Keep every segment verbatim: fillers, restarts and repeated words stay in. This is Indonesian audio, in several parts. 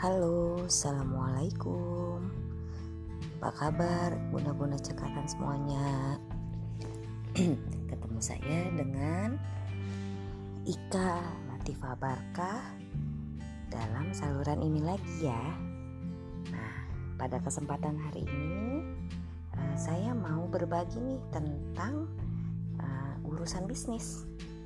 Halo, assalamualaikum. Apa kabar bunda-bunda cekatan semuanya? Ketemu saya dengan Ika Latifah Barkah dalam saluran ini lagi ya. Nah, pada kesempatan hari ini uh, saya mau berbagi nih tentang uh, urusan bisnis.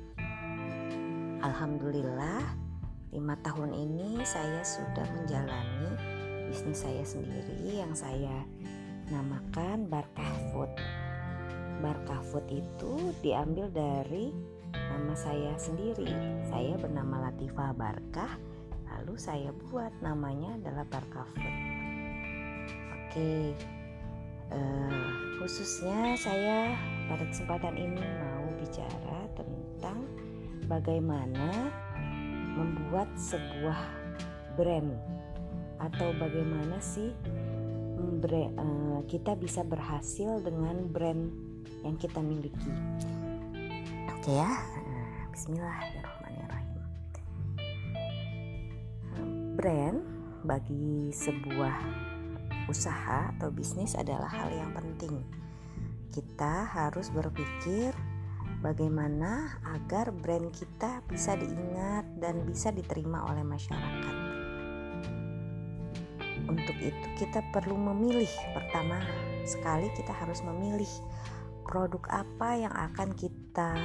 Alhamdulillah lima tahun ini saya sudah menjalani bisnis saya sendiri yang saya namakan Barkah Food. Barkah Food itu diambil dari nama saya sendiri. Saya bernama Latifah Barkah, lalu saya buat namanya adalah Barkah Food. Oke, uh, khususnya saya pada kesempatan ini mau bicara tentang bagaimana membuat sebuah brand atau bagaimana sih kita bisa berhasil dengan brand yang kita miliki. Oke ya, bismillahirrahmanirrahim. Brand bagi sebuah usaha atau bisnis adalah hal yang penting. Kita harus berpikir bagaimana agar brand kita bisa diingat dan bisa diterima oleh masyarakat. Untuk itu kita perlu memilih. Pertama sekali kita harus memilih produk apa yang akan kita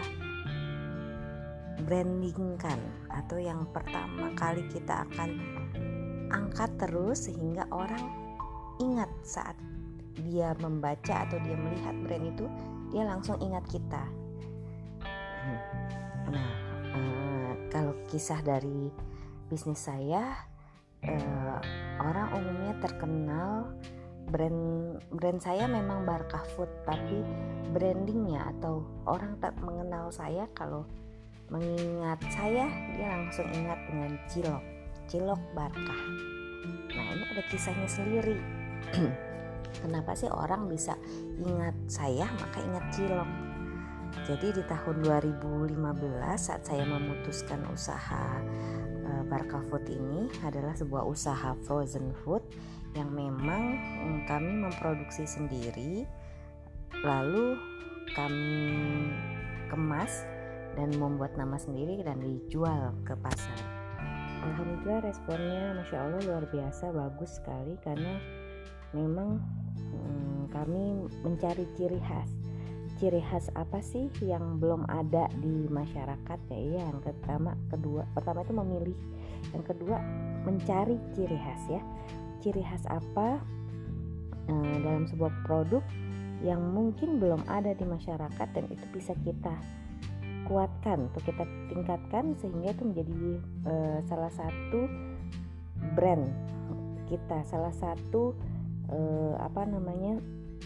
brandingkan atau yang pertama kali kita akan angkat terus sehingga orang ingat saat dia membaca atau dia melihat brand itu, dia langsung ingat kita. Nah, uh, kalau kisah dari bisnis saya, uh, orang umumnya terkenal brand brand saya memang Barkah Food, tapi brandingnya atau orang tak mengenal saya kalau mengingat saya dia langsung ingat dengan cilok, cilok Barkah. Nah, ini ada kisahnya sendiri. Kenapa sih orang bisa ingat saya maka ingat cilok? Jadi di tahun dua ribu lima belas saat saya memutuskan usaha e, Barkah Food ini adalah sebuah usaha frozen food yang memang mm, kami memproduksi sendiri, lalu kami kemas dan membuat nama sendiri dan dijual ke pasar. Alhamdulillah responnya Masya Allah luar biasa, bagus sekali karena memang mm, kami mencari ciri khas. Ciri khas apa sih yang belum ada di masyarakat ya? Iya, yang pertama, kedua, pertama itu memilih, yang kedua mencari ciri khas ya. Ciri khas apa eh, dalam sebuah produk yang mungkin belum ada di masyarakat dan itu bisa kita kuatkan atau kita tingkatkan sehingga itu menjadi eh, salah satu brand kita, salah satu eh, apa namanya?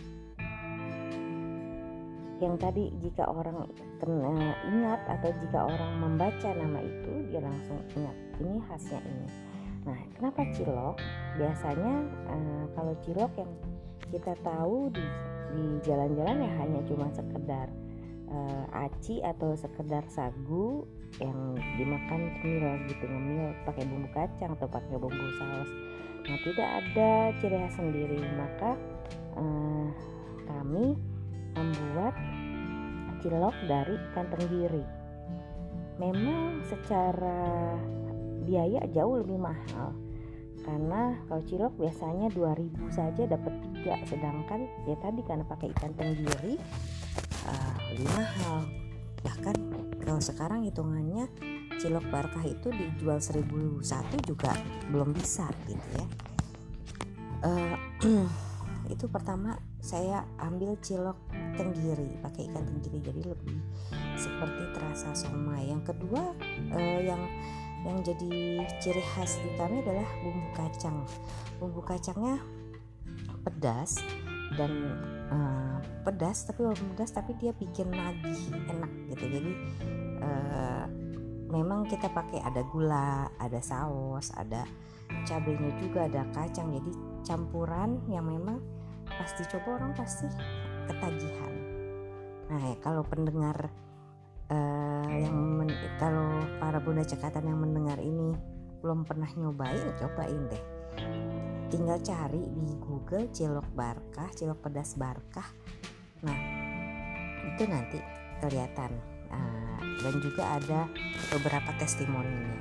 yang tadi jika orang kena ingat atau jika orang membaca nama itu dia langsung ingat ini khasnya ini. Nah, kenapa cilok? Biasanya uh, kalau cilok yang kita tahu di, di jalan-jalan ya hanya cuma sekedar uh, aci atau sekedar sagu yang dimakan cemil gitu, ngemil pakai bumbu kacang atau pakai bumbu saus. Nah, tidak ada ciri khas sendiri, maka uh, kami membuat cilok dari ikan tenggiri. Memang secara biaya jauh lebih mahal karena kalau cilok biasanya dua ribu saja dapat tiga, sedangkan ya tadi karena pakai ikan tenggiri uh, lebih mahal. Bahkan kalau sekarang hitungannya cilok Barkah itu dijual seribu satu juga belum bisa gitu ya. Uh, itu pertama saya ambil cilok tenggiri pakai ikan tenggiri jadi lebih seperti terasa somai. Yang kedua eh, yang yang jadi ciri khas di kami adalah bumbu kacang. Bumbu kacangnya pedas dan eh, pedas tapi walaupun pedas tapi dia bikin nagih, enak gitu. Jadi eh, memang kita pakai ada gula, ada saus, ada cabenya juga, ada kacang. Jadi campuran yang memang pas dicoba orang pasti ketagihan. Nah ya, kalau pendengar uh, yang men- kalau para bunda cekatan yang mendengar ini belum pernah nyobain, cobain deh. tinggal cari di Google cilok Barkah, cilok pedas Barkah. Nah itu nanti kelihatan, uh, dan juga ada beberapa testimoninya.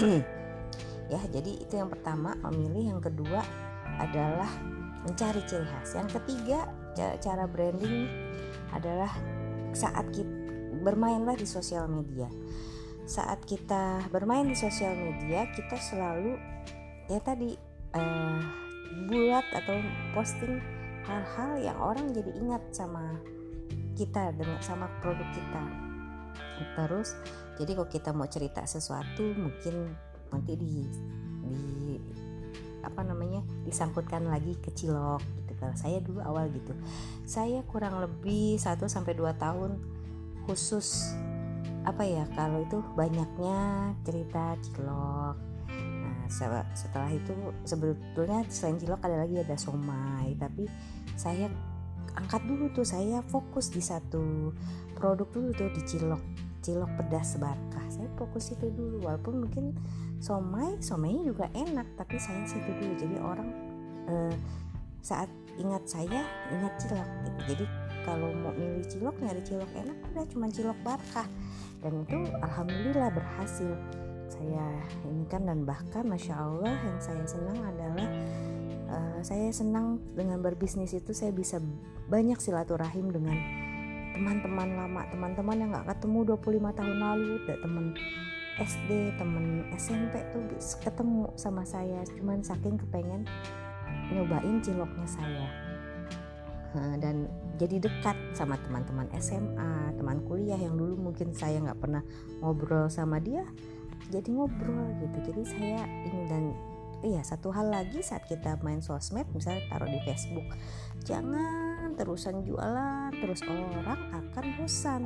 Ya, jadi itu yang pertama, memilih. Yang kedua adalah mencari ciri khas. Yang ketiga, cara branding adalah saat kita bermainlah di sosial media. Saat kita bermain di sosial media, kita selalu ya tadi uh, buat atau posting hal-hal yang orang jadi ingat sama kita, dengan sama produk kita. Terus jadi kalau kita mau cerita sesuatu, mungkin nanti di di apa namanya disangkutkan lagi ke cilok gitu. Kalau saya dulu awal gitu, saya kurang lebih satu sampai dua tahun khusus apa ya, kalau itu banyaknya cerita cilok. Nah setelah itu sebetulnya selain cilok ada lagi, ada somai, tapi saya angkat dulu tuh, saya fokus di satu produk dulu tuh, di cilok cilok pedas Barkah. Saya fokus itu dulu, walaupun mungkin somai somainya juga enak, tapi saya situ dulu. Jadi orang eh, saat ingat saya ingat cilok gitu. Jadi kalau mau milih cilok, nyari cilok enak, udah cuma cilok Barkah. Dan itu alhamdulillah berhasil saya ini kan. Dan bahkan masya Allah, yang saya senang adalah uh, saya senang dengan berbisnis itu, saya bisa banyak silaturahim dengan teman-teman lama, teman-teman yang gak ketemu dua puluh lima tahun lalu, ada teman S D, teman S M P tuh ketemu sama saya, cuman saking kepengen nyobain ciloknya saya. Nah, dan jadi dekat sama teman-teman S M A, teman kuliah yang dulu mungkin saya gak pernah ngobrol sama dia, jadi ngobrol gitu. Jadi saya ini. Dan iya, satu hal lagi, saat kita main sosmed, misalnya taruh di Facebook, jangan terusan jualan terus, orang akan bosan.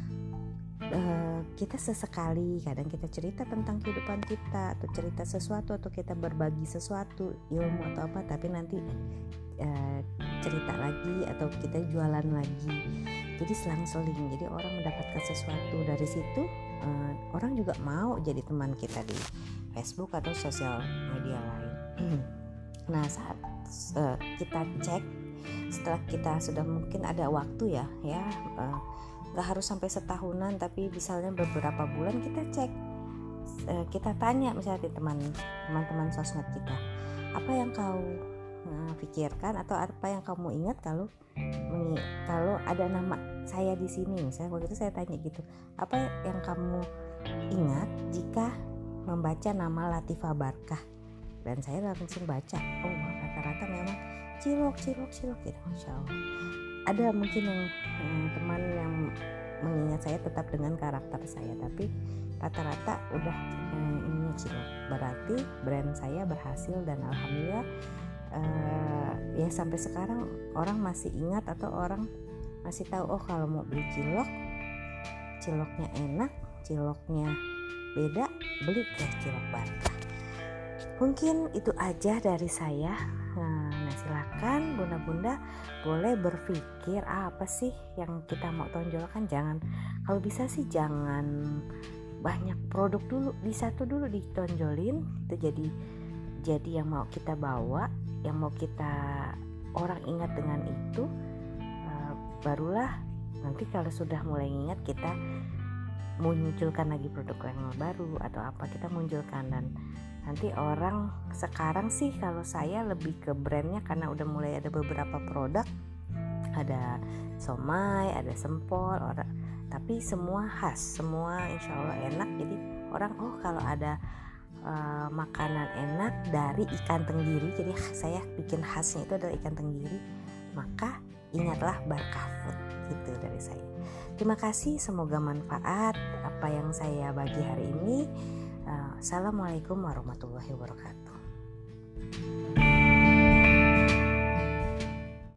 Uh, kita sesekali kadang kita cerita tentang kehidupan kita, atau cerita sesuatu, atau kita berbagi sesuatu, ilmu atau apa, tapi nanti uh, cerita lagi atau kita jualan lagi. Jadi selang-seling, jadi orang mendapatkan sesuatu dari situ. Uh, orang juga mau jadi teman kita di Facebook atau sosial media lain. Nah saat uh, kita cek, setelah kita sudah mungkin ada waktu ya ya uh, gak harus sampai setahunan, tapi misalnya beberapa bulan kita cek, uh, kita tanya misalnya di teman teman-teman sosmed kita, apa yang kau uh, pikirkan atau apa yang kamu ingat kalau kalau ada nama saya di sini. Misalnya waktu itu saya tanya gitu, apa yang kamu ingat jika membaca nama Latifah Barkah? Dan saya langsung baca, oh rata-rata memang cilok cilok cilok gitu, masya Allah. Ada mungkin yang hmm, teman yang mengingat saya tetap dengan karakter saya, tapi rata-rata udah hmm, ini cilok. Berarti brand saya berhasil, dan alhamdulillah uh, ya sampai sekarang orang masih ingat, atau orang masih tahu, oh kalau mau beli cilok, ciloknya enak, ciloknya beda, beli ke cilok Barkah. Mungkin itu aja dari saya. Nah silakan bunda-bunda boleh berpikir, ah, apa sih yang kita mau tonjolkan. Jangan, kalau bisa sih jangan banyak produk dulu, di satu dulu ditonjolin, itu jadi jadi yang mau kita bawa, yang mau kita orang ingat dengan itu. uh, barulah nanti kalau sudah mulai ingat, kita munculkan lagi produk yang baru atau apa, kita munculkan. Dan nanti orang sekarang sih kalau saya lebih ke brandnya, karena udah mulai ada beberapa produk, ada somai, ada sempol, orang, tapi semua khas, semua insya Allah enak. Jadi orang, oh kalau ada uh, makanan enak dari ikan tenggiri, jadi saya bikin khasnya itu adalah ikan tenggiri, maka ingatlah Barkah Food. Gitu dari saya. Terima kasih, semoga manfaat apa yang saya bagi hari ini. Assalamualaikum warahmatullahi wabarakatuh.